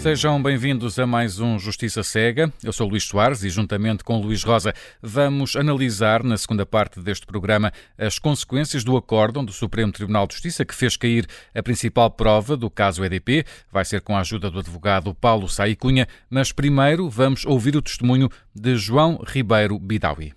Sejam bem-vindos a mais um Justiça Cega. Eu sou Luís Soares e, juntamente com Luís Rosa, vamos analisar, na segunda parte deste programa, as consequências do acórdão do Supremo Tribunal de Justiça que fez cair a principal prova do caso EDP. Vai ser com a ajuda do advogado Paulo Saí Cunha, mas primeiro vamos ouvir o testemunho de João Ribeiro Bidawi.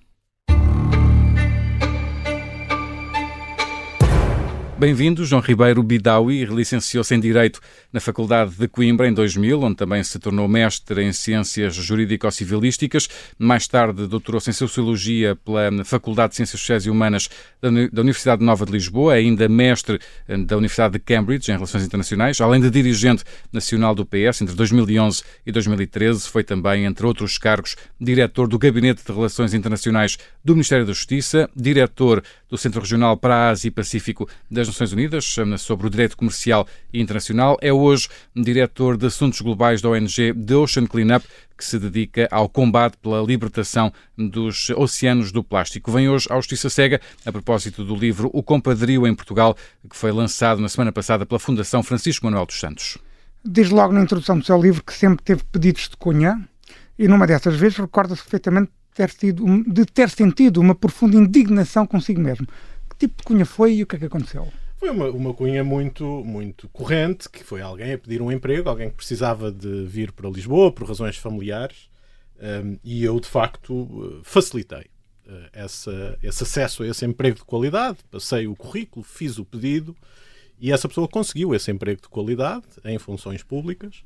Bem-vindo, João Ribeiro Bidawi, licenciou-se em Direito na Faculdade de Coimbra em 2000, onde também se tornou mestre em Ciências Jurídico-Civilísticas. Mais tarde doutorou-se em Sociologia pela Faculdade de Ciências Sociais e Humanas da Universidade Nova de Lisboa, ainda mestre da Universidade de Cambridge em Relações Internacionais. Além de dirigente nacional do PS entre 2011 e 2013, foi também, entre outros cargos, diretor do Gabinete de Relações Internacionais do Ministério da Justiça, diretor do Centro Regional para a Ásia e Pacífico das Nações Unidas sobre o direito comercial e internacional. É hoje diretor de assuntos globais da ONG The Ocean Cleanup, que se dedica ao combate pela libertação dos oceanos do plástico. Vem hoje à Justiça Cega a propósito do livro O Compadrio em Portugal, que foi lançado na semana passada pela Fundação Francisco Manuel dos Santos. Diz logo na introdução do seu livro que sempre teve pedidos de Cunha e numa dessas vezes recorda-se perfeitamente de ter sentido uma profunda indignação consigo mesmo. Que tipo de Cunha foi e o que é que aconteceu? Foi uma Cunha muito corrente, que foi alguém a pedir um emprego, alguém que precisava de vir para Lisboa por razões familiares, e eu, de facto, facilitei esse acesso a esse emprego de qualidade, passei o currículo, fiz o pedido, e essa pessoa conseguiu esse emprego de qualidade em funções públicas.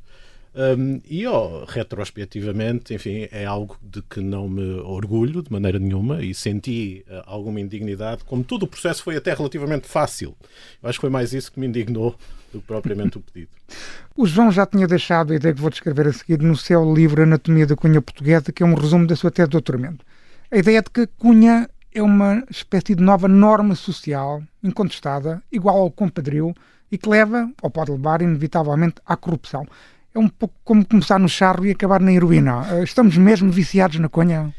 Retrospectivamente, enfim, é algo de que não me orgulho de maneira nenhuma e senti alguma indignidade, como todo o processo foi até relativamente fácil. Eu acho que foi mais isso que me indignou do que propriamente o pedido. O João já tinha deixado a ideia que vou descrever a seguir no seu livro Anatomia da Cunha Portuguesa, que é um resumo da sua tese de doutoramento. A ideia de que Cunha é uma espécie de nova norma social, incontestada, igual ao compadrio, e que leva, ou pode levar, inevitavelmente, à corrupção. É um pouco como começar no charro e acabar na heroína. Estamos mesmo viciados na Cunha?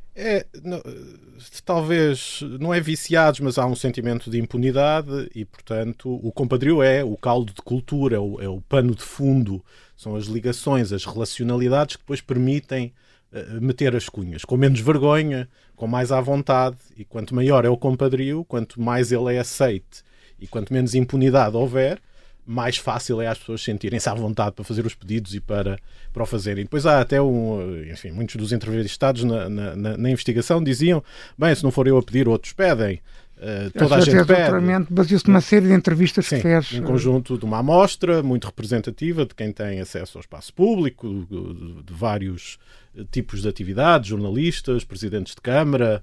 Talvez não é viciados, mas há um sentimento de impunidade e, portanto, o compadrio é o caldo de cultura, é o pano de fundo, são as ligações, as relacionalidades que depois permitem meter as cunhas, com menos vergonha, com mais à vontade, e quanto maior é o compadrio, quanto mais ele é aceite e quanto menos impunidade houver, mais fácil é as pessoas sentirem-se à vontade para fazer os pedidos e para o fazerem. Depois há até muitos dos entrevistados na investigação diziam, bem, se não for eu a pedir, outros pedem. Toda a gente pede. Baseou-se numa série de entrevistas que fez. Um conjunto de uma amostra muito representativa de quem tem acesso ao espaço público, de vários tipos de atividades, jornalistas, presidentes de Câmara,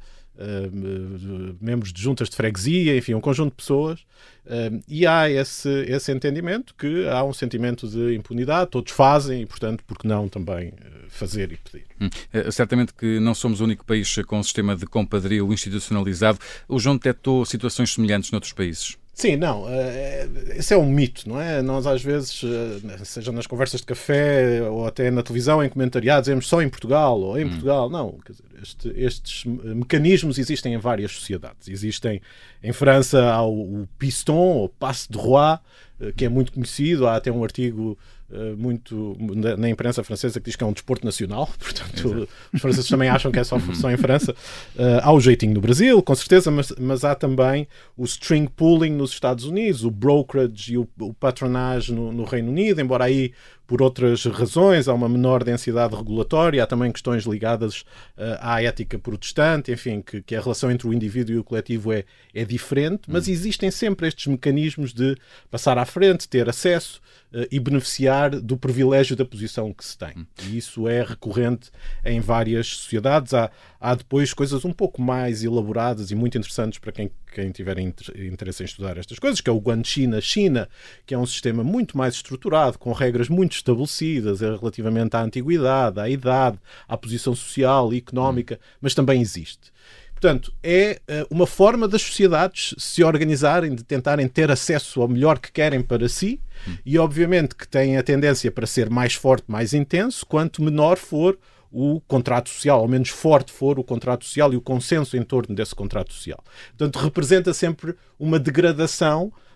membros de juntas de freguesia, enfim, um conjunto de pessoas, e há esse entendimento que há um sentimento de impunidade, todos fazem e, portanto, por que não também fazer e pedir. Certamente que não somos o único país com um sistema de compadrio institucionalizado. O João detectou situações semelhantes noutros países? Sim, não, esse é um mito, não é? Nós às vezes, seja nas conversas de café ou até na televisão, em comentariado, dizemos só em Portugal ou em Portugal. Não, quer dizer, estes mecanismos existem em várias sociedades. Existem em França, há o piston, o passe de roi, que é muito conhecido, há até um artigo muito na imprensa francesa que diz que é um desporto nacional, portanto os franceses também acham que é só em França. Há o jeitinho no Brasil, com certeza, mas há também o string pulling nos Estados Unidos, o brokerage e o patronage no Reino Unido, embora aí por outras razões, há uma menor densidade regulatória, há também questões ligadas à ética protestante, enfim, que a relação entre o indivíduo e o coletivo é diferente, mas existem sempre estes mecanismos de passar à frente, ter acesso e beneficiar do privilégio da posição que se tem. E isso é recorrente em várias sociedades. Há depois coisas um pouco mais elaboradas e muito interessantes para quem tiver interesse em estudar estas coisas, que é o Guanxina-China, que é um sistema muito mais estruturado, com regras muito estabelecidas relativamente à antiguidade, à idade, à posição social e económica, mas também existe. Portanto, é uma forma das sociedades se organizarem, de tentarem ter acesso ao melhor que querem para si, e obviamente que têm a tendência para ser mais forte, mais intenso, quanto menor for o contrato social, ao menos forte for o contrato social e o consenso em torno desse contrato social. Portanto, representa sempre uma degradação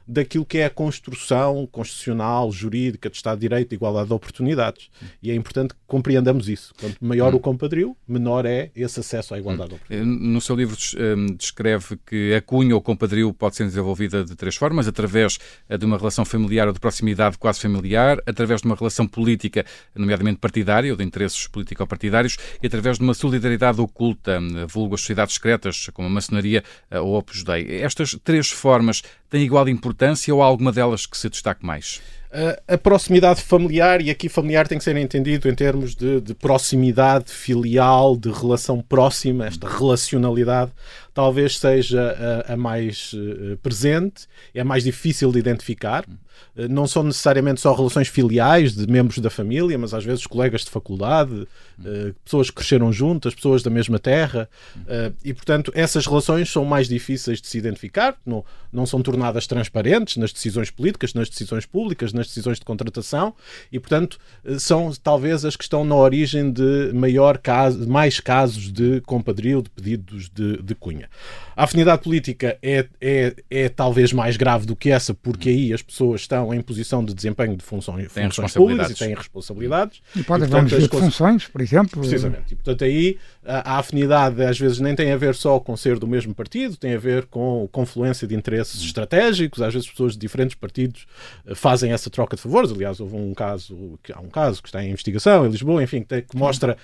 daquilo que é a construção constitucional, jurídica, de Estado de Direito, de igualdade de oportunidades. E é importante que compreendamos isso. Quanto maior o compadrio, menor é esse acesso à igualdade de oportunidades. No seu livro descreve que a cunha ou compadrio pode ser desenvolvida de 3 formas: através de uma relação familiar ou de proximidade quase familiar, através de uma relação política, nomeadamente partidária, ou de interesses político-partidários, e através de uma solidariedade oculta, vulgo as sociedades secretas, como a maçonaria ou o Opus Dei. Estas 3 formas têm igual importância ou há alguma delas que se destaque mais? A proximidade familiar, e aqui familiar tem que ser entendido em termos de proximidade filial, de relação próxima, esta relacionalidade talvez seja a mais presente, é mais difícil de identificar. Não são necessariamente só relações filiais de membros da família, mas às vezes colegas de faculdade, pessoas que cresceram juntas, pessoas da mesma terra, e portanto essas relações são mais difíceis de se identificar, não são tornadas transparentes nas decisões políticas, nas decisões públicas, nas decisões de contratação, e portanto são talvez as que estão na origem de mais casos de compadrio, de pedidos de cunha. A afinidade política é talvez mais grave do que essa, porque aí as pessoas estão em posição de desempenho de funções públicas e têm responsabilidades. E pode haver um desvio de funções, por exemplo. Precisamente. E, portanto, aí a afinidade às vezes nem tem a ver só com ser do mesmo partido, tem a ver com confluência de interesses estratégicos. Às vezes pessoas de diferentes partidos fazem essa troca de favores. Aliás, há um caso que está em investigação em Lisboa, enfim, que mostra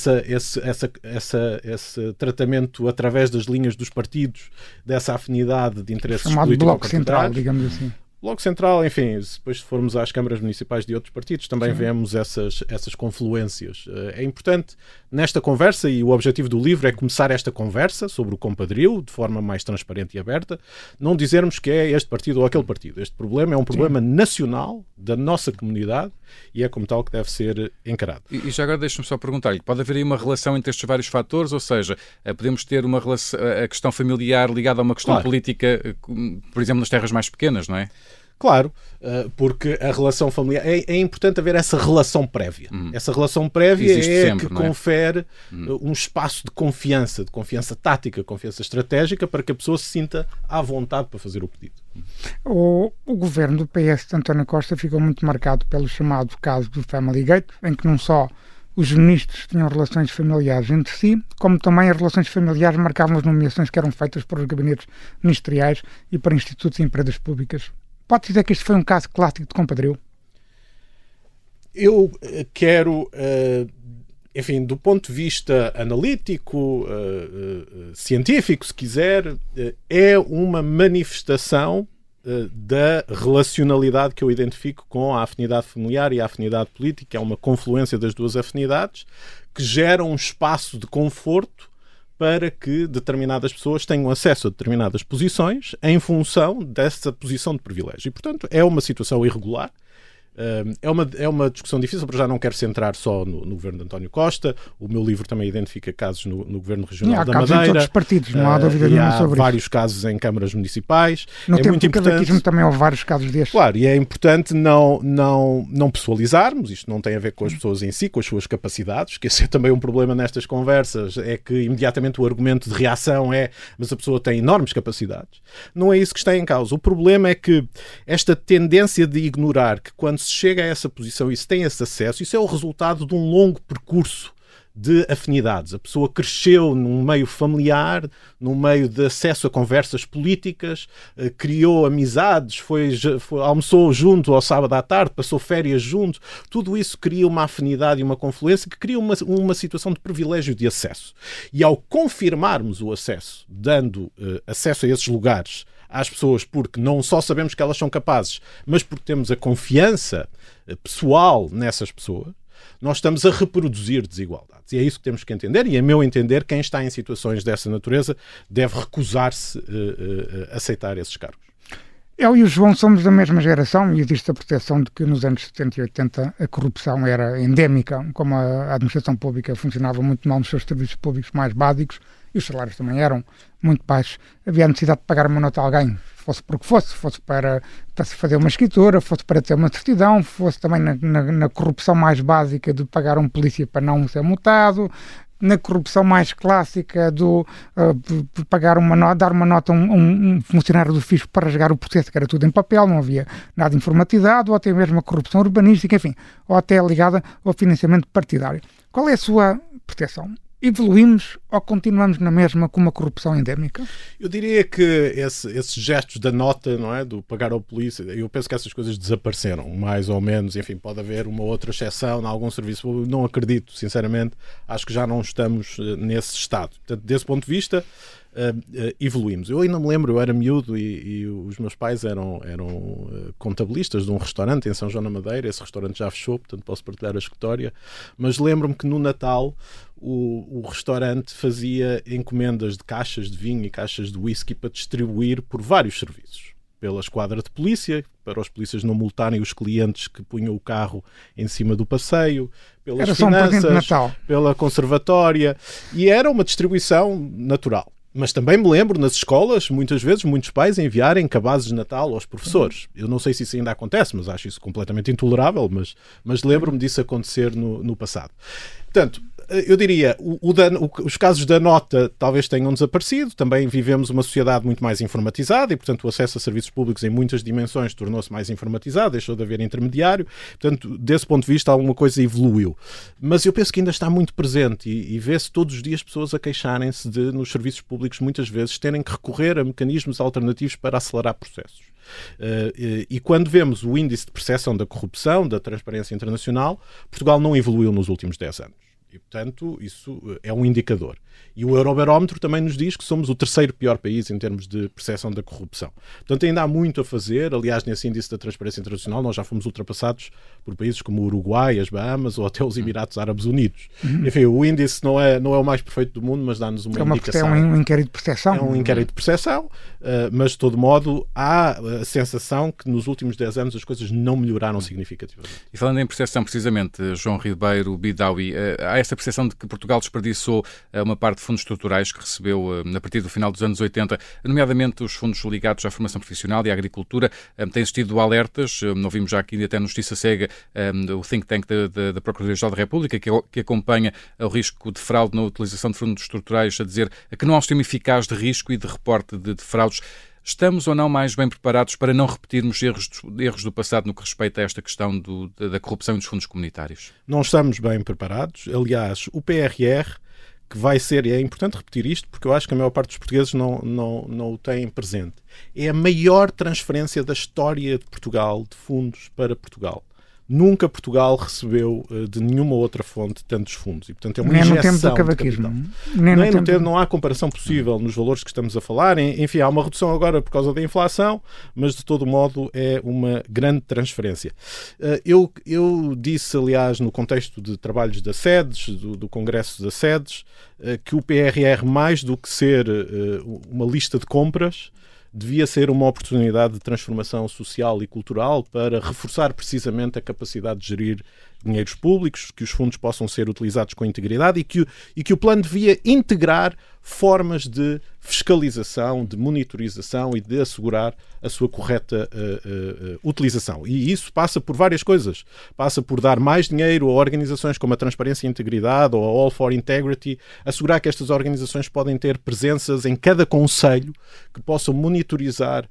esse tratamento através das linhas dos partidos, dessa afinidade de interesses chamado Bloco Central, digamos assim. Bloco Central, enfim, depois se formos às câmaras municipais de outros partidos, também vemos essas confluências. É importante nesta conversa, e o objetivo do livro é começar esta conversa sobre o compadrio de forma mais transparente e aberta, não dizermos que é este partido ou aquele partido. Este problema é um problema nacional da nossa comunidade e é como tal que deve ser encarado. E já agora deixe-me só perguntar-lhe, pode haver aí uma relação entre estes vários fatores, ou seja, podemos ter uma relação, a questão familiar ligada a uma questão política, por exemplo, nas terras mais pequenas, não é? Claro, porque a relação familiar... É importante haver essa relação prévia. Essa relação prévia que confere um espaço de confiança tática, confiança estratégica, para que a pessoa se sinta à vontade para fazer o pedido. O governo do PS de António Costa ficou muito marcado pelo chamado caso do Family Gate, em que não só os ministros tinham relações familiares entre si, como também as relações familiares marcavam as nomeações que eram feitas por os gabinetes ministeriais e para institutos e empresas públicas. Pode dizer que este foi um caso clássico de compadrio? Eu quero, enfim, do ponto de vista analítico, científico, se quiser, é uma manifestação da relacionalidade que eu identifico com a afinidade familiar e a afinidade política. É uma confluência das duas afinidades que gera um espaço de conforto para que determinadas pessoas tenham acesso a determinadas posições em função dessa posição de privilégio. E, portanto, é uma situação irregular. É uma discussão difícil, porque já não quero centrar só no governo de António Costa. O meu livro também identifica casos no governo regional da Madeira. Há casos em todos os partidos, não há dúvida nenhuma sobre isso. Há vários casos em câmaras municipais. No tempo do cavaquismo também houve vários casos destes. Claro, e é importante não pessoalizarmos. Isto não tem a ver com as pessoas em si, com as suas capacidades, que esse é também um problema nestas conversas, é que imediatamente o argumento de reação é mas a pessoa tem enormes capacidades. Não é isso que está em causa. O problema é que esta tendência de ignorar que quando se chega a essa posição e se tem esse acesso, isso é o resultado de um longo percurso de afinidades. A pessoa cresceu num meio familiar, num meio de acesso a conversas políticas, criou amizades, almoçou junto ao sábado à tarde, passou férias junto. Tudo isso cria uma afinidade e uma confluência que cria uma situação de privilégio de acesso. E ao confirmarmos o acesso, dando acesso a esses lugares às pessoas, porque não só sabemos que elas são capazes, mas porque temos a confiança pessoal nessas pessoas, nós estamos a reproduzir desigualdades. E é isso que temos que entender, e a meu entender, quem está em situações dessa natureza deve recusar-se a aceitar esses cargos. Eu e o João somos da mesma geração e existe a percepção de que nos anos 70 e 80 a corrupção era endémica, como a administração pública funcionava muito mal nos seus serviços públicos mais básicos e os salários também eram muito baixos. Havia a necessidade de pagar uma nota a alguém, fosse porque fosse para se fazer uma escritura, fosse para ter uma certidão, fosse também na corrupção mais básica de pagar um polícia para não ser multado. na corrupção mais clássica do pagar dar uma nota a um funcionário do fisco para rasgar o processo, que era tudo em papel, não havia nada informatizado, ou até mesmo a corrupção urbanística, enfim, ou até ligada ao financiamento partidário. Qual é a sua percepção? Evoluímos ou continuamos na mesma com uma corrupção endémica? Eu diria que esses gestos da nota, não é, do pagar ao polícia, eu penso que essas coisas desapareceram, mais ou menos. Enfim, pode haver uma outra exceção em algum serviço público, não acredito, sinceramente. Acho que já não estamos nesse estado. Portanto, desse ponto de vista, evoluímos. Eu ainda me lembro, eu era miúdo e os meus pais eram contabilistas de um restaurante em São João da Madeira. Esse restaurante já fechou, portanto posso partilhar a história, mas lembro-me que no Natal o restaurante fazia encomendas de caixas de vinho e caixas de whisky para distribuir por vários serviços. Pela esquadra de polícia, para os polícias não multarem os clientes que punham o carro em cima do passeio, pelas finanças, pela conservatória, e era uma distribuição natural. Mas também me lembro nas escolas, muitas vezes, muitos pais enviarem cabazes de Natal aos professores. Eu não sei se isso ainda acontece, mas acho isso completamente intolerável, mas lembro-me disso acontecer no passado. Portanto, eu diria, os casos da nota talvez tenham desaparecido. Também vivemos uma sociedade muito mais informatizada e, portanto, o acesso a serviços públicos em muitas dimensões tornou-se mais informatizado, deixou de haver intermediário. Portanto, desse ponto de vista, alguma coisa evoluiu. Mas eu penso que ainda está muito presente e vê-se todos os dias pessoas a queixarem-se de, nos serviços públicos, muitas vezes, terem que recorrer a mecanismos alternativos para acelerar processos. E quando vemos o índice de percepção da corrupção, da transparência internacional, Portugal não evoluiu nos últimos 10 anos. E, portanto, isso é um indicador. E o Eurobarómetro também nos diz que somos o terceiro pior país em termos de percepção da corrupção. Portanto, ainda há muito a fazer. Aliás, nesse índice da transparência internacional, nós já fomos ultrapassados por países como o Uruguai, as Bahamas ou até os Emirados Árabes Unidos. Enfim, o índice não é o mais perfeito do mundo, mas dá-nos uma indicação. É um inquérito de percepção. É um inquérito de percepção, mas, de todo modo, há a sensação que nos últimos 10 anos as coisas não melhoraram significativamente. E falando em percepção, precisamente, João Ribeiro Bidawi, há esta percepção de que Portugal desperdiçou uma parte de fundos estruturais que recebeu a partir do final dos anos 80, nomeadamente os fundos ligados à formação profissional e à agricultura. Tem existido alertas, ouvimos já aqui até no Justiça Cega, o think tank da Procuradoria-Geral da República, que acompanha o risco de fraude na utilização de fundos estruturais, a dizer que não há um sistema eficaz de risco e de reporte de fraudes. Estamos ou não mais bem preparados para não repetirmos erros do passado no que respeita a esta questão da corrupção e dos fundos comunitários? Não estamos bem preparados. Aliás, o PRR, que vai ser, e é importante repetir isto, porque eu acho que a maior parte dos portugueses não o têm presente, é a maior transferência da história de Portugal, de fundos para Portugal. Nunca Portugal recebeu de nenhuma outra fonte tantos fundos. E, portanto, é uma injeção de capital. Não há comparação possível nos valores que estamos a falar. Enfim, há uma redução agora por causa da inflação, mas, de todo modo, é uma grande transferência. Eu disse, aliás, no contexto de trabalhos da SEDES, do Congresso da SEDES, que o PRR, mais do que ser uma lista de compras, devia ser uma oportunidade de transformação social e cultural para reforçar precisamente a capacidade de gerir dinheiros públicos, que os fundos possam ser utilizados com integridade e que o plano devia integrar formas de fiscalização, de monitorização e de assegurar a sua correta utilização. E isso passa por várias coisas. Passa por dar mais dinheiro a organizações como a Transparência e Integridade ou a All for Integrity, assegurar que estas organizações podem ter presenças em cada concelho que possam monitorizar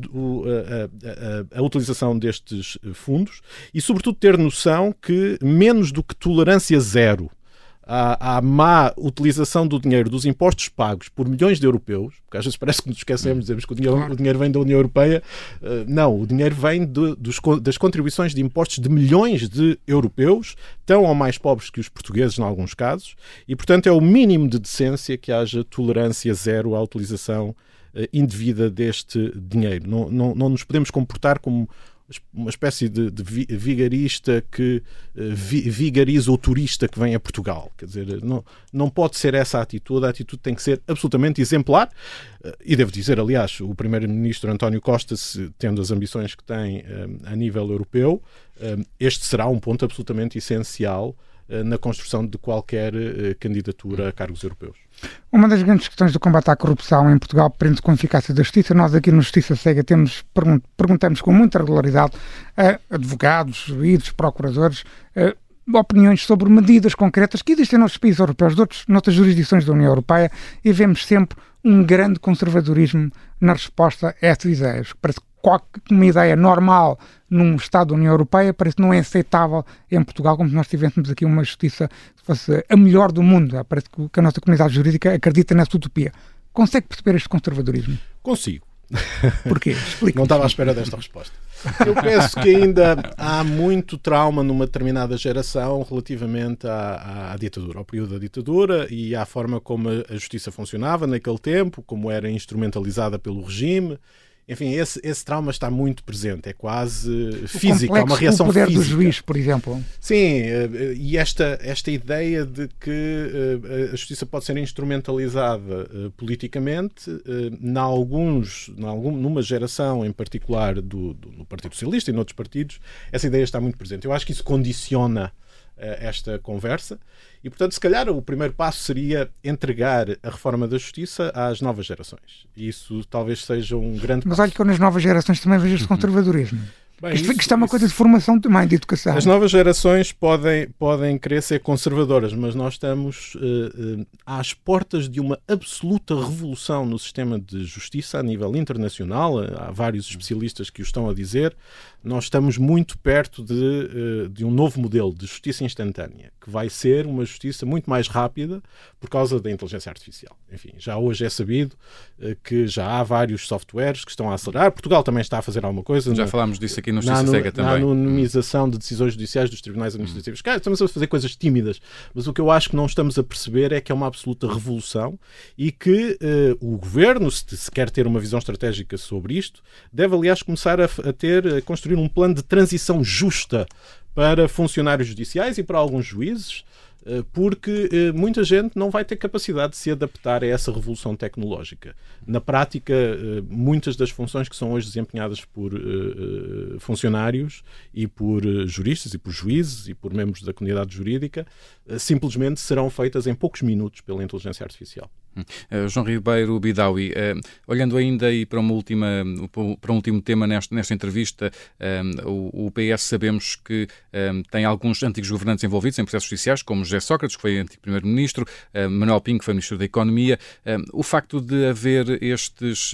a utilização destes fundos e, sobretudo, ter noção que menos do que tolerância zero à má utilização do dinheiro dos impostos pagos por milhões de europeus, porque às vezes parece que nos esquecemos, dizemos que o dinheiro vem da União Europeia. Não, o dinheiro vem das contribuições de impostos de milhões de europeus, tão ou mais pobres que os portugueses, em alguns casos, e, portanto, é o mínimo de decência que haja tolerância zero à utilização indevida deste dinheiro. Não nos podemos comportar como uma espécie de vigarista que vigariza o turista que vem a Portugal. Quer dizer, não pode ser essa a atitude tem que ser absolutamente exemplar. E devo dizer, aliás, o primeiro-ministro António Costa, tendo as ambições que tem a nível europeu, este será um ponto absolutamente essencial na construção de qualquer candidatura a cargos europeus. Uma das grandes questões do combate à corrupção em Portugal prende-se com a eficácia da justiça. Nós aqui no Justiça Cega perguntamos com muita regularidade a advogados, juízes, procuradores, opiniões sobre medidas concretas que existem nos países europeus, noutras jurisdições da União Europeia, e vemos sempre um grande conservadorismo na resposta a essas ideias. Parece que uma ideia normal num Estado da União Europeia parece que não é aceitável em Portugal, como se nós tivéssemos aqui uma justiça que fosse a melhor do mundo. Parece que a nossa comunidade jurídica acredita nessa utopia. Consegue perceber este conservadorismo? Consigo. Porquê? Explica. Não estava à espera desta resposta. Eu penso que ainda há muito trauma numa determinada geração relativamente à ditadura, ao período da ditadura e à forma como a justiça funcionava naquele tempo, como era instrumentalizada pelo regime. Enfim, esse trauma está muito presente, é quase físico, há uma reação física. O poder do juiz, por exemplo. Sim, e esta ideia de que a justiça pode ser instrumentalizada politicamente, numa geração em particular no Partido Socialista e noutros partidos, essa ideia está muito presente. Eu acho que isso condiciona esta conversa e, portanto, se calhar o primeiro passo seria entregar a reforma da justiça às novas gerações. Isso talvez seja um grande passo. Mas olha que eu nas novas gerações também vejo este conservadorismo. Bem, isto é uma coisa de formação também, de educação. As novas gerações podem querer ser conservadoras, mas nós estamos às portas de uma absoluta revolução no sistema de justiça a nível internacional. Há vários especialistas que o estão a dizer. Nós estamos muito perto de um novo modelo de justiça instantânea, que vai ser uma justiça muito mais rápida por causa da inteligência artificial. Enfim, já hoje é sabido que já há vários softwares que estão a acelerar. Portugal também está a fazer alguma coisa. Já falámos disso aqui no Justiça Cega também. Na anonimização de decisões judiciais dos tribunais administrativos. Estamos a fazer coisas tímidas, mas o que eu acho que não estamos a perceber é que é uma absoluta revolução e que o governo, se quer ter uma visão estratégica sobre isto, deve, aliás, começar a construir um plano de transição justa para funcionários judiciais e para alguns juízes, porque muita gente não vai ter capacidade de se adaptar a essa revolução tecnológica. Na prática, muitas das funções que são hoje desempenhadas por funcionários e por juristas e por juízes e por membros da comunidade jurídica simplesmente serão feitas em poucos minutos pela inteligência artificial. João Ribeiro Bidawi, olhando ainda aí para um último tema nesta entrevista, o PS sabemos que tem alguns antigos governantes envolvidos em processos judiciais, como José Sócrates, que foi antigo primeiro-ministro, Manuel Pinho, que foi ministro da Economia. O facto de haver estes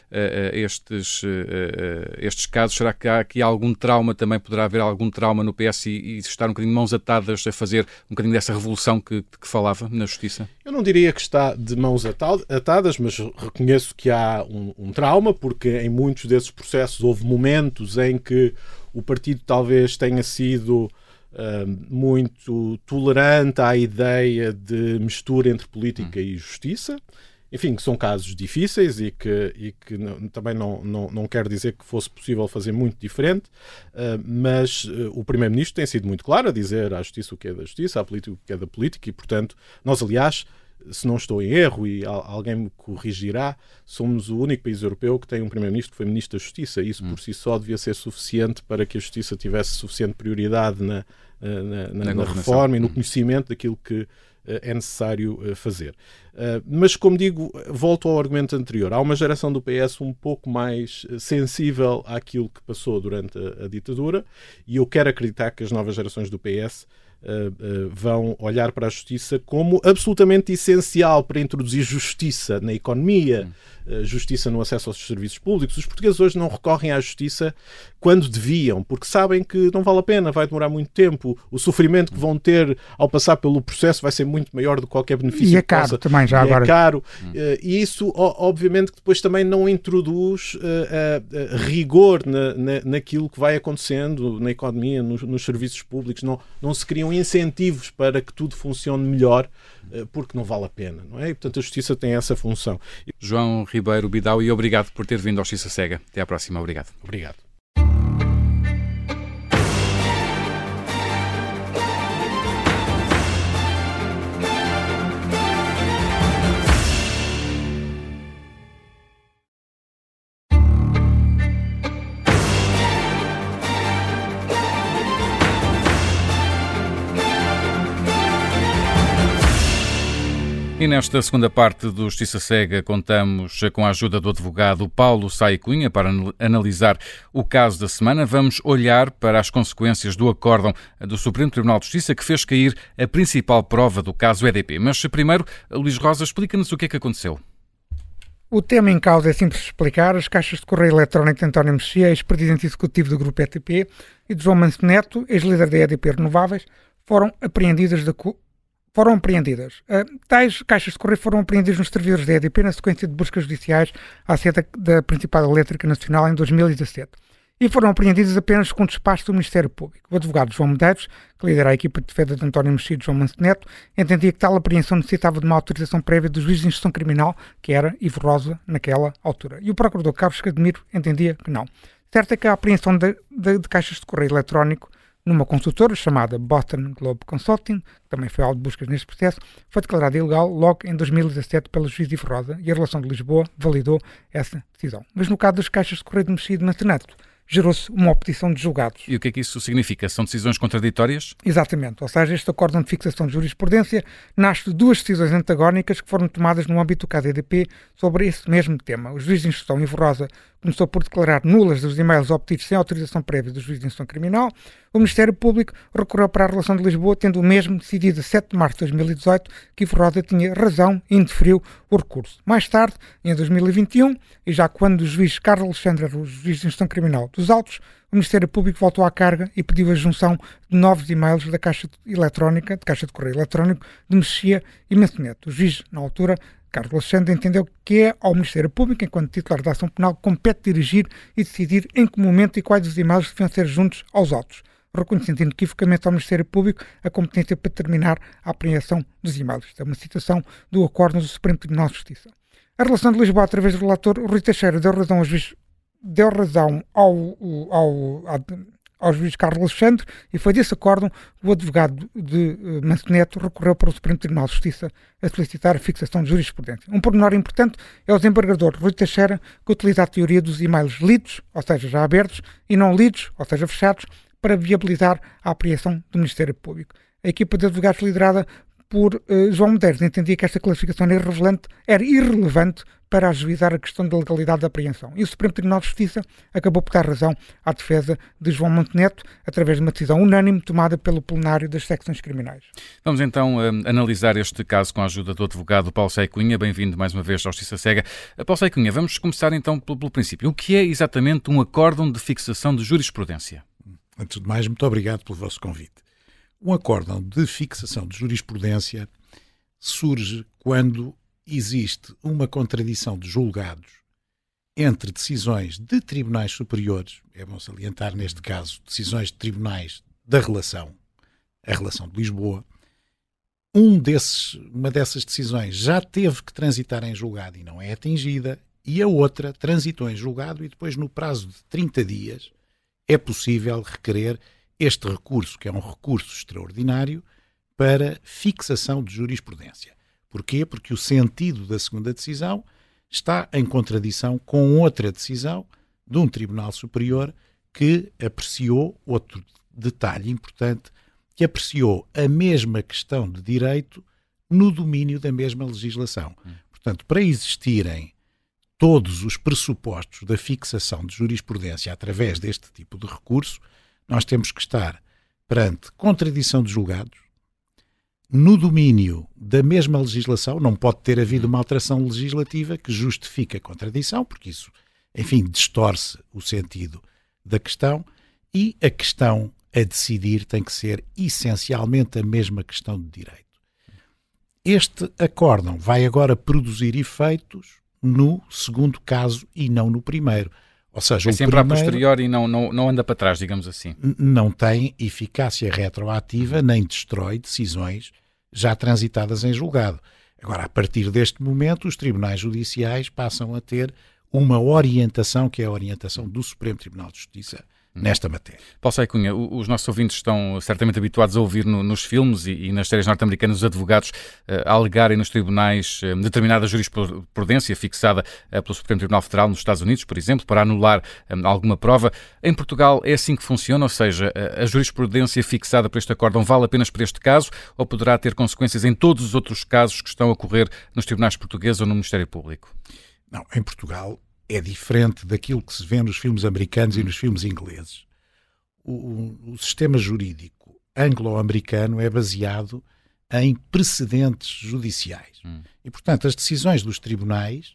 casos, será que há aqui algum trauma, também poderá haver algum trauma no PS e estar um bocadinho de mãos atadas a fazer um bocadinho dessa revolução que falava na Justiça? Eu não diria que está de mãos atadas, mas reconheço que há um trauma, porque em muitos desses processos houve momentos em que o partido talvez tenha sido muito tolerante à ideia de mistura entre política e justiça. Enfim, que são casos difíceis e que também não quer dizer que fosse possível fazer muito diferente, mas o Primeiro-Ministro tem sido muito claro a dizer à Justiça o que é da Justiça, à política o que é da política, e, portanto, nós, aliás, se não estou em erro e alguém me corrigirá, somos o único país europeu que tem um Primeiro-Ministro que foi Ministro da Justiça. Isso por si só devia ser suficiente para que a Justiça tivesse suficiente prioridade na reforma e no conhecimento daquilo que é necessário fazer. Mas, como digo, volto ao argumento anterior. Há uma geração do PS um pouco mais sensível àquilo que passou durante a ditadura, e eu quero acreditar que as novas gerações do PS vão olhar para a justiça como absolutamente essencial para introduzir justiça na economia, justiça no acesso aos serviços públicos. Os portugueses hoje não recorrem à justiça quando deviam, porque sabem que não vale a pena, vai demorar muito tempo, o sofrimento que vão ter ao passar pelo processo vai ser muito maior do que qualquer benefício. E é caro também, já agora. É caro. E isso, obviamente, que depois também não introduz rigor naquilo que vai acontecendo na economia, nos serviços públicos. Não se criam incentivos para que tudo funcione melhor, porque não vale a pena, não é? E, portanto, a justiça tem essa função. João Ribeiro Bidawi, obrigado por ter vindo ao Justiça Cega. Até à próxima. Obrigado. Obrigado. E nesta segunda parte do Justiça Cega contamos com a ajuda do advogado Paulo Sá Cunha para analisar o caso da semana. Vamos olhar para as consequências do acórdão do Supremo Tribunal de Justiça que fez cair a principal prova do caso EDP. Mas primeiro, Luís Rosa, explica-nos o que é que aconteceu. O tema em causa é simples de explicar. As caixas de correio eletrónico de António Mexia, ex-presidente executivo do Grupo EDP, e de João Manso Neto, ex-líder da EDP Renováveis, foram apreendidas. Tais caixas de correio foram apreendidas nos servidores da EDP na sequência de buscas judiciais à sede da principal elétrica nacional em 2017. E foram apreendidas apenas com despacho do Ministério Público. O advogado João Medeiros, que lidera a equipa de defesa de António Mexia e de João Manso Neto, entendia que tal apreensão necessitava de uma autorização prévia do juiz de instrução criminal, que era Ivo Rosa, naquela altura. E o procurador Carlos Cademiro entendia que não. Certo é que a apreensão de caixas de correio eletrónico numa consultora chamada Boston Globe Consulting, que também foi alvo de buscas neste processo, foi declarada ilegal logo em 2017 pelo juiz Ivo Rosa, e a Relação de Lisboa validou essa decisão. Mas no caso das caixas de correio de Mexia e de Manso Neto, gerou-se uma opção de julgados. E o que é que isso significa? São decisões contraditórias? Exatamente. Ou seja, este acórdão de fixação de jurisprudência nasce de duas decisões antagónicas que foram tomadas no âmbito do caso EDP sobre esse mesmo tema. O juiz de instrução Ivo Rosa começou por declarar nulas os e-mails obtidos sem autorização prévia do juiz de instrução criminal. O Ministério Público recorreu para a Relação de Lisboa, tendo o mesmo decidido a 7 de março de 2018 que Ivo Rosa tinha razão e indeferiu o recurso. Mais tarde, em 2021, e já quando o juiz Carlos Alexandre era o juiz de instrução criminal dos autos, o Ministério Público voltou à carga e pediu a junção de novos e-mails da caixa de correio eletrónico de Mexia e Manso Neto. O juiz, na altura, Carlos Alexandre, entendeu que é ao Ministério Público, enquanto titular da ação penal, que compete dirigir e decidir em que momento e quais os e-mails deviam ser juntos aos autos, reconhecendo inequivocamente ao Ministério Público a competência para determinar a apreensão dos e-mails. Isto é uma citação do acórdão do Supremo Tribunal de Justiça. A Relação de Lisboa, através do relator Rui Teixeira, deu razão ao juiz Carlos Alexandre, e foi desse acórdão que o advogado de Manso Neto recorreu para o Supremo Tribunal de Justiça a solicitar a fixação de jurisprudência. Um pormenor importante é o desembargador Rui Teixeira, que utiliza a teoria dos e-mails lidos, ou seja, já abertos, e não lidos, ou seja, fechados, para viabilizar a apreensão do Ministério Público. A equipa de advogados liderada por João Medeiros entendia que esta classificação era irrelevante para ajuizar a questão da legalidade da apreensão. E o Supremo Tribunal de Justiça acabou por dar razão à defesa de João Manso Neto através de uma decisão unânime tomada pelo plenário das secções criminais. Vamos então analisar este caso com a ajuda do advogado Paulo Sá Cunha. Bem-vindo mais uma vez à Justiça Cega. Paulo Sá Cunha, vamos começar então pelo princípio. O que é exatamente um acórdão de fixação de jurisprudência? Antes de mais, muito obrigado pelo vosso convite. Um acórdão de fixação de jurisprudência surge quando existe uma contradição de julgados entre decisões de tribunais superiores, é bom salientar neste caso, decisões de tribunais da relação, a Relação de Lisboa. Uma dessas decisões já teve que transitar em julgado e não é atingida, e a outra transitou em julgado e depois, no prazo de 30 dias, é possível requerer este recurso, que é um recurso extraordinário, para fixação de jurisprudência. Porquê? Porque o sentido da segunda decisão está em contradição com outra decisão de um Tribunal Superior que apreciou, outro detalhe importante, que apreciou a mesma questão de direito no domínio da mesma legislação. Portanto, para existirem todos os pressupostos da fixação de jurisprudência através deste tipo de recurso, nós temos que estar perante contradição de julgados, no domínio da mesma legislação. Não pode ter havido uma alteração legislativa que justifique a contradição, porque isso, enfim, distorce o sentido da questão, e a questão a decidir tem que ser essencialmente a mesma questão de direito. Este acórdão vai agora produzir efeitos no segundo caso e não no primeiro. Ou seja, é sempre a posteriori e não anda para trás, digamos assim. Não tem eficácia retroativa nem destrói decisões já transitadas em julgado. Agora, a partir deste momento, os tribunais judiciais passam a ter uma orientação, que é a orientação do Supremo Tribunal de Justiça nesta matéria. Paulo Saia Cunha, os nossos ouvintes estão certamente habituados a ouvir nos filmes e nas séries norte-americanas os advogados a alegarem nos tribunais determinada jurisprudência fixada pelo Supremo Tribunal Federal nos Estados Unidos, por exemplo, para anular alguma prova. Em Portugal é assim que funciona, ou seja, a jurisprudência fixada por este acórdão vale apenas para este caso ou poderá ter consequências em todos os outros casos que estão a ocorrer nos tribunais portugueses ou no Ministério Público? Não, em Portugal é diferente daquilo que se vê nos filmes americanos e nos filmes ingleses. O sistema jurídico anglo-americano é baseado em precedentes judiciais. E, portanto, as decisões dos tribunais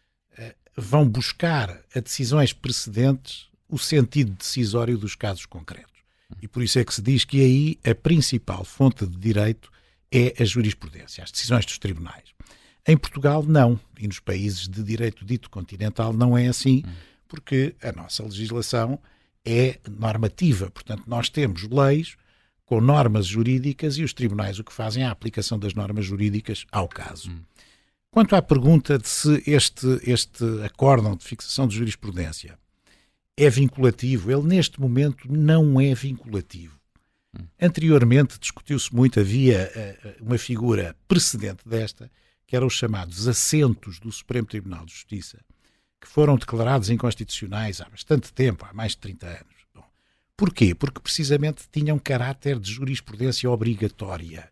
vão buscar a decisões precedentes o sentido decisório dos casos concretos. E por isso é que se diz que aí a principal fonte de direito é a jurisprudência, as decisões dos tribunais. Em Portugal, não. E nos países de direito dito continental não é assim, porque a nossa legislação é normativa. Portanto, nós temos leis com normas jurídicas e os tribunais o que fazem é a aplicação das normas jurídicas ao caso. Quanto à pergunta de se este acórdão de fixação de jurisprudência é vinculativo, ele neste momento não é vinculativo. Anteriormente discutiu-se muito, havia uma figura precedente desta, que eram os chamados assentos do Supremo Tribunal de Justiça, que foram declarados inconstitucionais há bastante tempo, há mais de 30 anos. Bom, porquê? Porque precisamente tinham caráter de jurisprudência obrigatória.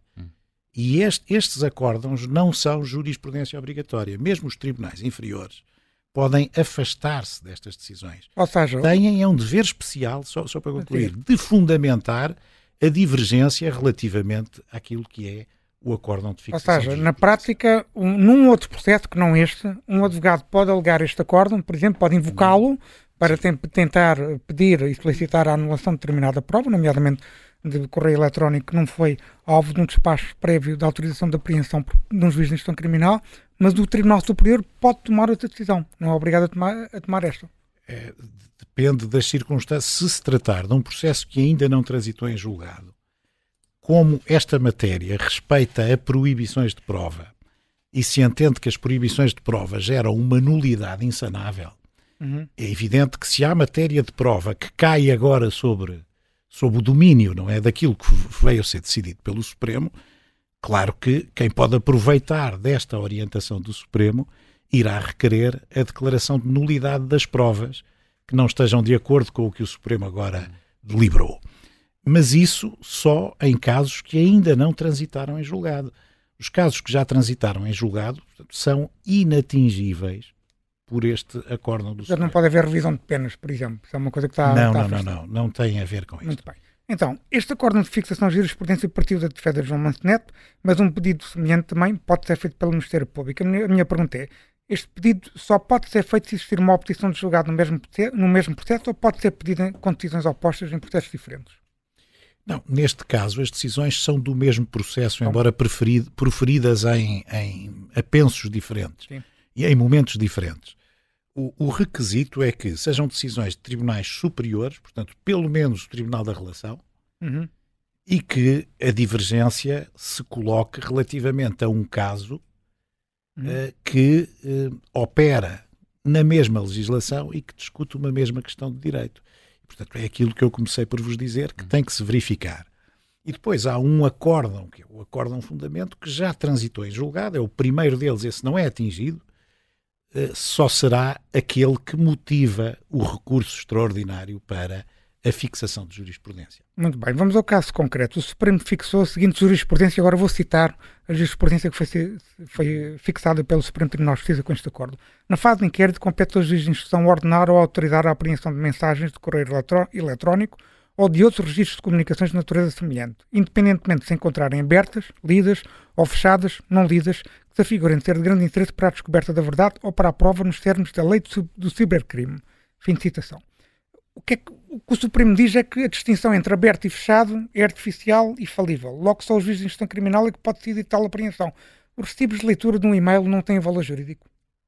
E estes acórdãos não são jurisprudência obrigatória. Mesmo os tribunais inferiores podem afastar-se destas decisões. Ou seja, têm um dever especial, só para concluir, de fundamentar a divergência relativamente àquilo que é o acórdão de fixação. Ou seja, na prática, num outro processo que não este, um advogado pode alegar este acórdão, por exemplo, pode invocá-lo para tentar pedir e solicitar a anulação de determinada prova, nomeadamente de correio eletrónico que não foi alvo de um despacho prévio de autorização de apreensão de um juiz de instrução criminal, mas o Tribunal Superior pode tomar outra decisão, não é obrigado a tomar esta. Depende das circunstâncias. Se se tratar de um processo que ainda não transitou em julgado, como esta matéria respeita a proibições de prova e se entende que as proibições de prova geram uma nulidade insanável, é evidente que se há matéria de prova que cai agora sobre o domínio, não é, daquilo que veio a ser decidido pelo Supremo, claro que quem pode aproveitar desta orientação do Supremo irá requerer a declaração de nulidade das provas que não estejam de acordo com o que o Supremo agora deliberou. Mas isso só em casos que ainda não transitaram em julgado. Os casos que já transitaram em julgado, portanto, são inatingíveis por este acórdão do Supremo. Não pode haver revisão de penas, por exemplo. Isso é uma coisa que está... Não tem a ver com isso. Muito bem. Então, este acórdão de fixação de jurisprudência partiu da defesa de João Manceneto, mas um pedido semelhante também pode ser feito pelo Ministério Público. A minha pergunta é, este pedido só pode ser feito se existir uma opção de julgado no mesmo processo ou pode ser pedido com decisões opostas em processos diferentes? Não, neste caso as decisões são do mesmo processo, embora proferidas em apensos diferentes. Sim. E em momentos diferentes. O requisito é que sejam decisões de tribunais superiores, portanto, pelo menos o Tribunal da Relação, e que a divergência se coloque relativamente a um caso que opera na mesma legislação e que discute uma mesma questão de direito. Portanto, é aquilo que eu comecei por vos dizer, que tem que se verificar. E depois há um acórdão, que é o acórdão fundamento, que já transitou em julgado, é o primeiro deles, esse não é atingido, só será aquele que motiva o recurso extraordinário para a fixação de jurisprudência. Muito bem, vamos ao caso concreto. O Supremo fixou a seguinte jurisprudência, agora vou citar a jurisprudência que foi fixada pelo Supremo Tribunal de Justiça com este acordo. Na fase de inquérito, compete ao juiz de instrução ordenar ou autorizar a apreensão de mensagens de correio eletrónico ou de outros registros de comunicações de natureza semelhante, independentemente de se encontrarem abertas, lidas ou fechadas, não lidas, que se afigurem de ser de grande interesse para a descoberta da verdade ou para a prova nos termos da lei do cibercrime. Fim de citação. O que o Supremo diz é que a distinção entre aberto e fechado é artificial e falível. Logo, só o juiz de instrução criminal é que pode decidir tal apreensão. Os recibos de leitura de um e-mail não têm valor jurídico?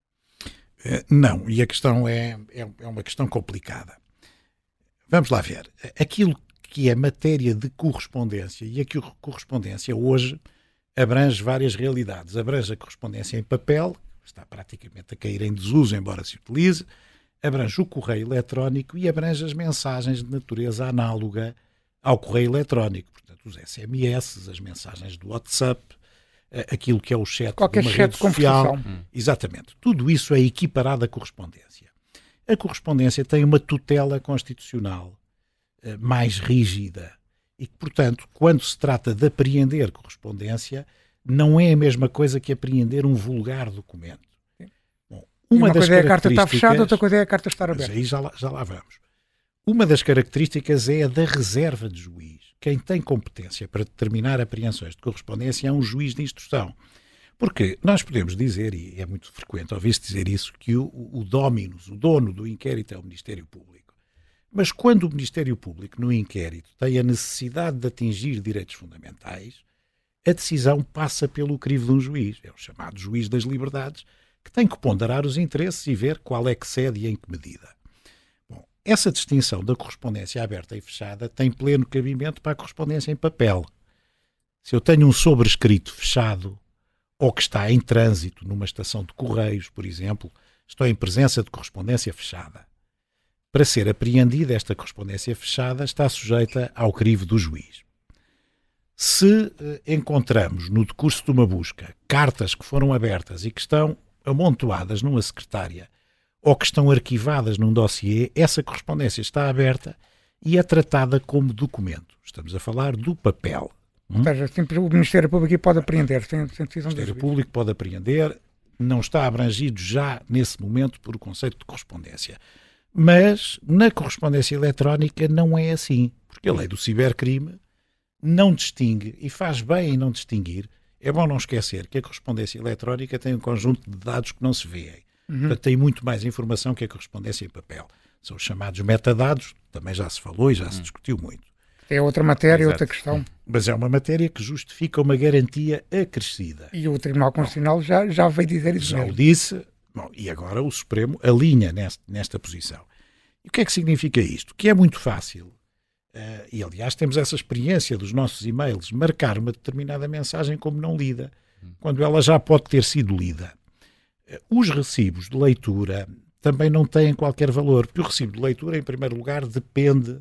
Não, e a questão é uma questão complicada. Vamos lá ver. Aquilo que é matéria de correspondência, e a correspondência hoje abrange várias realidades. Abrange a correspondência em papel, está praticamente a cair em desuso, embora se utilize. abrange o correio eletrónico e abrange as mensagens de natureza análoga ao correio eletrónico. Portanto, os SMS, as mensagens do WhatsApp, aquilo que é o chat qualquer de uma chat rede social. conversação. Exatamente. Tudo isso é equiparado à correspondência. A correspondência tem uma tutela constitucional mais rígida e que, portanto, quando se trata de apreender correspondência, não é a mesma coisa que apreender um vulgar documento. Bom, Uma coisa é a carta estar fechada, outra coisa é a carta estar aberta. Aí já lá vamos. Uma das características é a da reserva de juiz. Quem tem competência para determinar apreensões de correspondência é um juiz de instrução. Porque nós podemos dizer, e é muito frequente ouvir-se dizer isso, que o dono do inquérito é o Ministério Público. Mas quando o Ministério Público, no inquérito, tem a necessidade de atingir direitos fundamentais, a decisão passa pelo crivo de um juiz. É o chamado juiz das liberdades, que tem que ponderar os interesses e ver qual é que cede e em que medida. Bom, essa distinção da correspondência aberta e fechada tem pleno cabimento para a correspondência em papel. Se eu tenho um sobrescrito fechado, ou que está em trânsito numa estação de correios, por exemplo, estou em presença de correspondência fechada. Para ser apreendida, esta correspondência fechada está sujeita ao crivo do juiz. Se encontramos no decurso de uma busca cartas que foram abertas e que estão amontoadas numa secretária ou que estão arquivadas num dossiê, essa correspondência está aberta e é tratada como documento. Estamos a falar do papel. Ou seja, o Ministério Público pode apreender sem decisão do juiz. O Ministério Público pode apreender, não está abrangido já nesse momento por o conceito de correspondência. Mas na correspondência eletrónica não é assim, porque a lei do cibercrime não distingue, e faz bem em não distinguir. É bom não esquecer que a correspondência eletrónica tem um conjunto de dados que não se vêem. Portanto, tem muito mais informação que a correspondência em papel. São os chamados metadados, também já se falou e já se discutiu muito. É outra matéria, outra questão. Mas é uma matéria que justifica uma garantia acrescida. E o Tribunal Constitucional já veio dizer isso já mesmo. O disse, bom, e agora o Supremo alinha nesta posição. E o que é que significa isto? Que é muito fácil, e aliás temos essa experiência dos nossos e-mails, marcar uma determinada mensagem como não lida, quando ela já pode ter sido lida. Os recibos de leitura também não têm qualquer valor, porque o recibo de leitura, em primeiro lugar, depende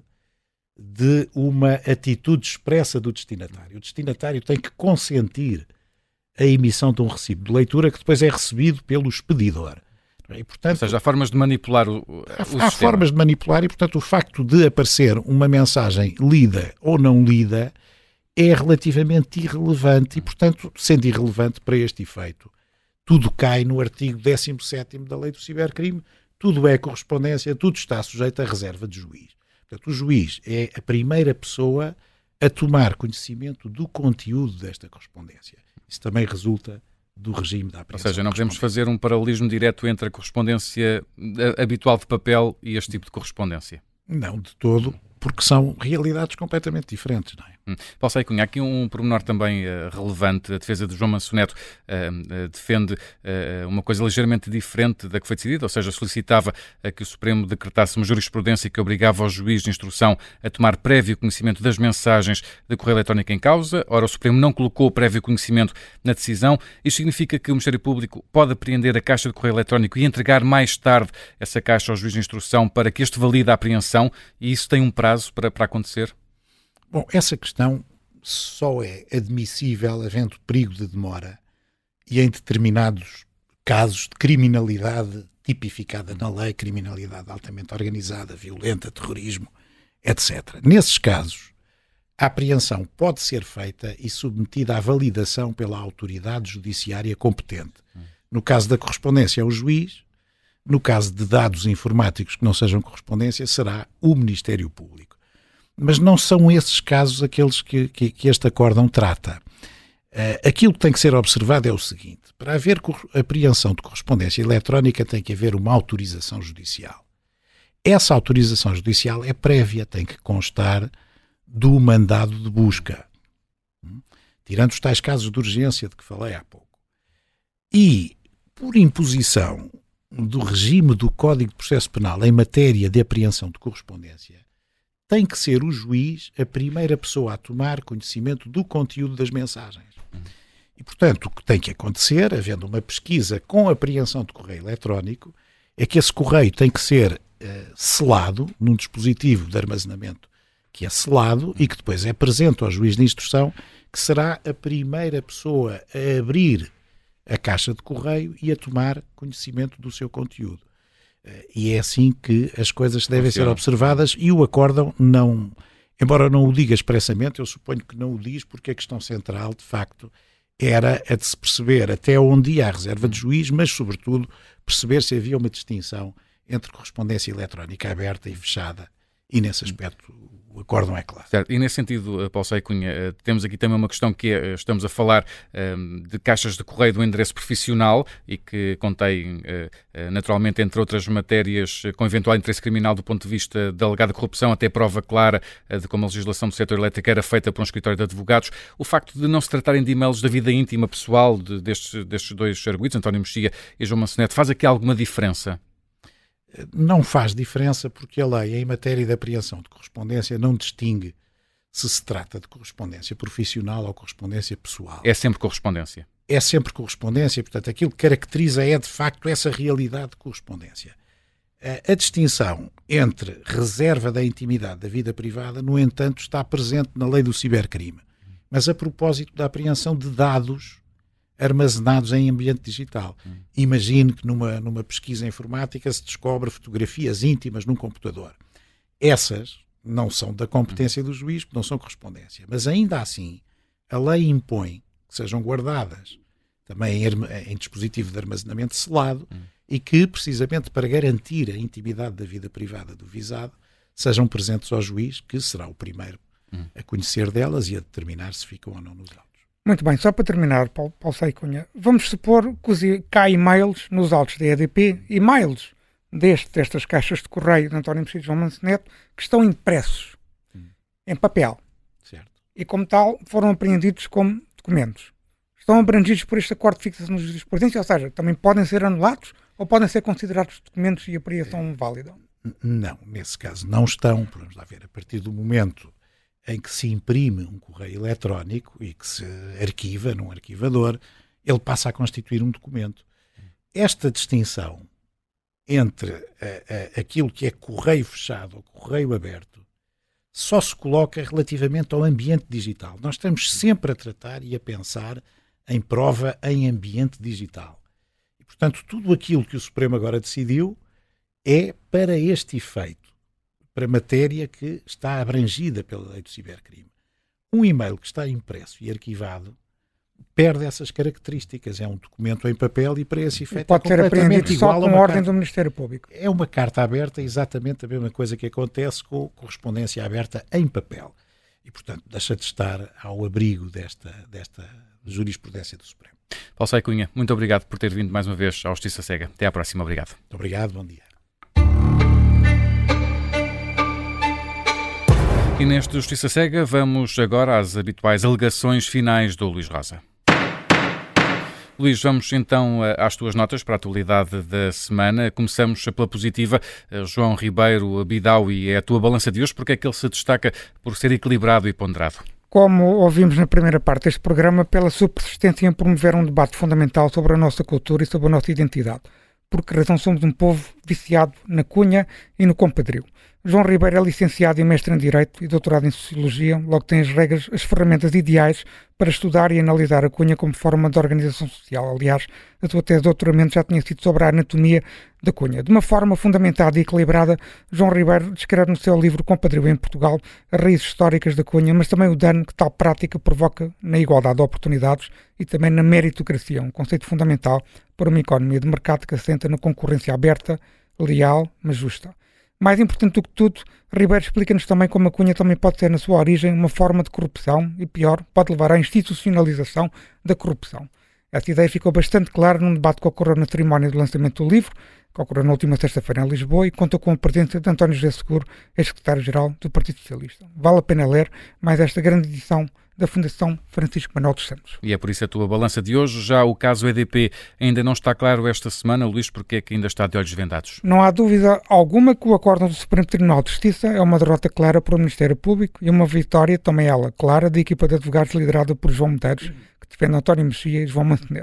de uma atitude expressa do destinatário. O destinatário tem que consentir a emissão de um recibo de leitura que depois é recebido pelo expedidor. E, portanto, ou seja, há formas de manipular o sistema. Há formas de manipular e, portanto, o facto de aparecer uma mensagem lida ou não lida é relativamente irrelevante e, portanto, sendo irrelevante para este efeito, tudo cai no artigo 17º da Lei do Cibercrime, tudo é correspondência, tudo está sujeito à reserva de juiz. Portanto, o juiz é a primeira pessoa a tomar conhecimento do conteúdo desta correspondência. Isso também resulta do regime da apreensão. Ou seja, não podemos fazer um paralelismo direto entre a correspondência habitual de papel e este tipo de correspondência? Não, de todo, porque são realidades completamente diferentes, não é? Paulo Saia Cunha, aqui um pormenor também relevante. A defesa de João Manso Neto defende uma coisa ligeiramente diferente da que foi decidida, ou seja, solicitava que o Supremo decretasse uma jurisprudência que obrigava o juiz de instrução a tomar prévio conhecimento das mensagens de correio eletrónico em causa. Ora, o Supremo não colocou o prévio conhecimento na decisão. Isto significa que o Ministério Público pode apreender a caixa de correio eletrónico e entregar mais tarde essa caixa ao juiz de instrução para que este valide a apreensão, e isso tem um prazo para acontecer? Bom, essa questão só é admissível havendo perigo de demora e em determinados casos de criminalidade tipificada na lei, criminalidade altamente organizada, violenta, terrorismo, etc. Nesses casos, a apreensão pode ser feita e submetida à validação pela autoridade judiciária competente. No caso da correspondência, é o juiz. No caso de dados informáticos que não sejam correspondência, será o Ministério Público. Mas não são esses casos aqueles que este acórdão trata. Aquilo que tem que ser observado é o seguinte: para haver apreensão de correspondência eletrónica tem que haver uma autorização judicial. Essa autorização judicial é prévia, tem que constar do mandado de busca, tirando os tais casos de urgência de que falei há pouco. E, por imposição do regime do Código de Processo Penal em matéria de apreensão de correspondência, tem que ser o juiz a primeira pessoa a tomar conhecimento do conteúdo das mensagens. E, portanto, o que tem que acontecer, havendo uma pesquisa com apreensão de correio eletrónico, é que esse correio tem que ser selado num dispositivo de armazenamento que é selado e que depois é apresente ao juiz de instrução, que será a primeira pessoa a abrir a caixa de correio e a tomar conhecimento do seu conteúdo. E é assim que as coisas devem ser observadas, e o acórdão não, embora não o diga expressamente, eu suponho que não o diz, porque a questão central, de facto, era a de se perceber até onde ia a reserva de juiz, mas, sobretudo, perceber se havia uma distinção entre correspondência eletrónica aberta e fechada, e nesse aspecto o acórdão é claro. Certo. E nesse sentido, Paulo Saia Cunha, temos aqui também uma questão que estamos a falar de caixas de correio do endereço profissional e que contém, naturalmente, entre outras matérias, com eventual interesse criminal do ponto de vista da alegada corrupção, até prova clara de como a legislação do setor elétrico era feita por um escritório de advogados. O facto de não se tratarem de e-mails da vida íntima pessoal destes dois arguidos, António Mexia e João Manceneto, faz aqui alguma diferença? Não faz diferença, porque a lei, em matéria de apreensão de correspondência, não distingue se trata de correspondência profissional ou correspondência pessoal. É sempre correspondência. É sempre correspondência, portanto, aquilo que caracteriza é, de facto, essa realidade de correspondência. A distinção entre reserva da intimidade da vida privada, no entanto, está presente na lei do cibercrime, mas a propósito da apreensão de dados armazenados em ambiente digital. Imagine que numa pesquisa informática se descobre fotografias íntimas num computador. Essas não são da competência do juiz, porque não são correspondência. Mas ainda assim, a lei impõe que sejam guardadas também em dispositivo de armazenamento selado e que, precisamente para garantir a intimidade da vida privada do visado, sejam presentes ao juiz, que será o primeiro a conhecer delas e a determinar se ficam ou não nos autos. Muito bem, só para terminar, Paulo Saia Cunha, vamos supor que há e-mails nos autos da EDP, e-mails destas caixas de correio de António Mexia e João Manceneto, que estão impressos em papel. Certo. E, como tal, foram apreendidos como documentos. Estão abrangidos por este acordo de fixação de jurisprudência, ou seja, também podem ser anulados ou podem ser considerados documentos e apreensão válida? Não, nesse caso não estão. Vamos lá ver, a partir do momento em que se imprime um correio eletrónico e que se arquiva num arquivador, ele passa a constituir um documento. Esta distinção entre aquilo que é correio fechado ou correio aberto só se coloca relativamente ao ambiente digital. Nós estamos sempre a tratar e a pensar em prova em ambiente digital. E, portanto, tudo aquilo que o Supremo agora decidiu é para este efeito, para matéria que está abrangida pela lei do cibercrime. Um e-mail que está impresso e arquivado perde essas características. É um documento em papel e, para esse efeito, pode ser apreendido só com ordem do Ministério Público. É uma carta aberta, exatamente a mesma coisa que acontece com correspondência aberta em papel. E, portanto, deixa de estar ao abrigo desta jurisprudência do Supremo. Paulo Saia Cunha, muito obrigado por ter vindo mais uma vez à Justiça Cega. Até à próxima. Obrigado. Muito obrigado. Bom dia. E neste Justiça Cega vamos agora às habituais alegações finais do Luís Rosa. Luís, vamos então às tuas notas para a atualidade da semana. Começamos pela positiva. João Ribeiro Bidaui é a tua balança de hoje, porque é que ele se destaca por ser equilibrado e ponderado? Como ouvimos na primeira parte deste programa, pela sua persistência em promover um debate fundamental sobre a nossa cultura e sobre a nossa identidade. Por que razão somos um povo viciado na cunha e no compadrio. João Ribeiro é licenciado e mestre em Direito e doutorado em Sociologia, logo tem as ferramentas ideais para estudar e analisar a cunha como forma de organização social. Aliás, a sua tese de doutoramento já tinha sido sobre a anatomia da cunha. De uma forma fundamentada e equilibrada, João Ribeiro descreve no seu livro Compadrio em Portugal as raízes históricas da cunha, mas também o dano que tal prática provoca na igualdade de oportunidades e também na meritocracia, um conceito fundamental para uma economia de mercado que assenta na concorrência aberta, leal, mas justa. Mais importante do que tudo, Ribeiro explica-nos também como a cunha também pode ser, na sua origem, uma forma de corrupção e, pior, pode levar à institucionalização da corrupção. Essa ideia ficou bastante clara num debate que ocorreu na cerimónia do lançamento do livro, que ocorreu na última sexta-feira em Lisboa, e contou com a presença de António José Seguro, ex-secretário-geral do Partido Socialista. Vale a pena ler mais esta grande edição da Fundação Francisco Manuel dos Santos. E é por isso a tua balança de hoje. Já o caso EDP ainda não está claro esta semana, Luís, porque é que ainda está de olhos vendados? Não há dúvida alguma que o acórdão do Supremo Tribunal de Justiça é uma derrota clara para o Ministério Público e uma vitória, também ela, clara, da equipa de advogados liderada por João Medeiros, que defende António Mexia e João Manceneto.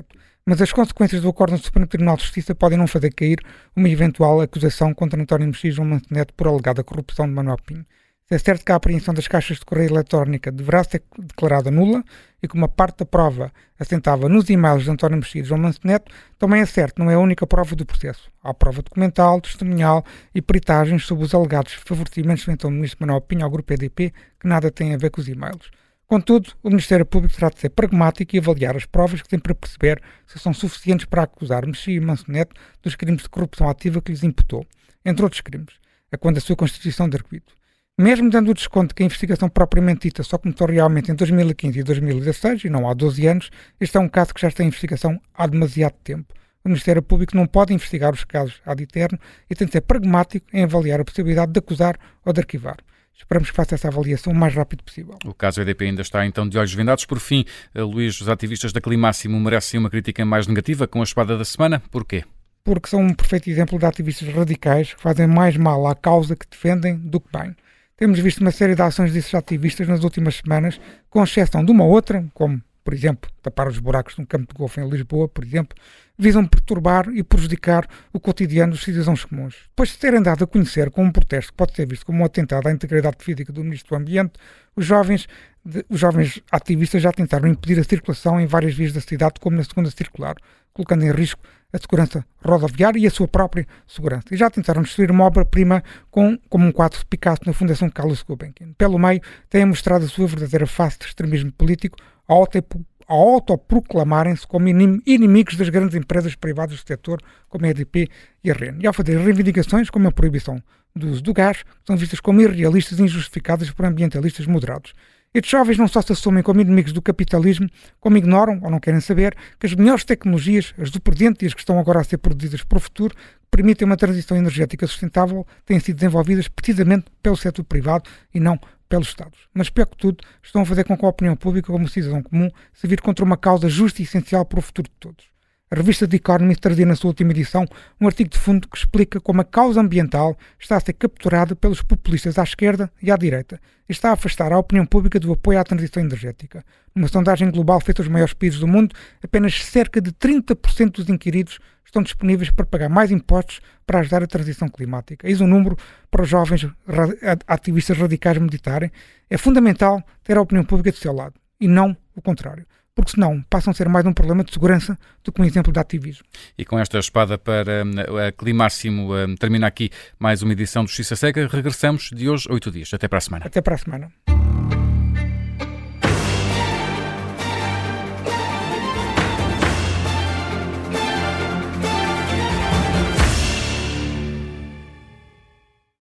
mas as consequências do acordo no Supremo Tribunal de Justiça podem não fazer cair uma eventual acusação contra António Mexia e João Manceneto por alegada corrupção de Manuel Pinho. É certo que a apreensão das caixas de correio eletrónica deverá ser declarada nula e que uma parte da prova assentava nos e-mails de António Mexia e João Manceneto, também é certo, não é a única prova do processo. Há prova documental, testemunhal e peritagens sobre os alegados favorecimentos do então ministro Manuel Pinho ao grupo EDP, que nada têm a ver com os e-mails. Contudo, o Ministério Público terá de ser pragmático e avaliar as provas que tem para perceber se são suficientes para acusar Mexia e Manceneto dos crimes de corrupção ativa que lhes imputou, entre outros crimes, a quando a sua constituição de arguido. Mesmo dando o desconto que a investigação propriamente dita só começou realmente em 2015 e 2016, e não há 12 anos, este é um caso que já está em investigação há demasiado tempo. O Ministério Público não pode investigar os casos ad eterno e tem de ser pragmático em avaliar a possibilidade de acusar ou de arquivar. Esperamos que faça essa avaliação o mais rápido possível. O caso EDP ainda está então de olhos vendados. Por fim, Luís, os ativistas da Climáximo merecem uma crítica mais negativa com a espada da semana. Porquê? Porque são um perfeito exemplo de ativistas radicais que fazem mais mal à causa que defendem do que bem. Temos visto uma série de ações desses ativistas nas últimas semanas, com exceção de uma outra, como, por exemplo, tapar os buracos de um campo de golfe em Lisboa, por exemplo, visam perturbar e prejudicar o cotidiano dos cidadãos comuns. Depois de terem dado a conhecer com um protesto que pode ser visto como um atentado à integridade física do Ministro do Ambiente, os jovens ativistas já tentaram impedir a circulação em várias vias da cidade, como na segunda circular, colocando em risco a segurança rodoviária e a sua própria segurança. E já tentaram destruir uma obra-prima como um quadro de Picasso na Fundação Carlos Gulbenkian. Pelo meio, têm mostrado a sua verdadeira face de extremismo político ao autoproclamarem-se como inimigos das grandes empresas privadas do setor, como a EDP e a REN. E ao fazer reivindicações como a proibição do uso do gás, são vistas como irrealistas e injustificadas por ambientalistas moderados. Estes jovens não só se assumem como inimigos do capitalismo, como ignoram, ou não querem saber, que as melhores tecnologias, as do presente e as que estão agora a ser produzidas para o futuro, que permitem uma transição energética sustentável, têm sido desenvolvidas precisamente pelo setor privado e não pelos Estados. Mas, pior que tudo, estão a fazer com que a opinião pública, como cidadão comum, se vire contra uma causa justa e essencial para o futuro de todos. A revista The Economist trazia na sua última edição um artigo de fundo que explica como a causa ambiental está a ser capturada pelos populistas à esquerda e à direita e está a afastar a opinião pública do apoio à transição energética. Numa sondagem global feita aos maiores países do mundo, apenas cerca de 30% dos inquiridos estão disponíveis para pagar mais impostos para ajudar a transição climática. Eis um número para os jovens ativistas radicais meditarem. É fundamental ter a opinião pública do seu lado e não o contrário, porque senão passam a ser mais um problema de segurança do que um exemplo de ativismo. E com esta espada para a Climáximo termina aqui mais uma edição do Justiça Cega. Regressamos de hoje a 8 dias. Até para a semana. Até para a semana.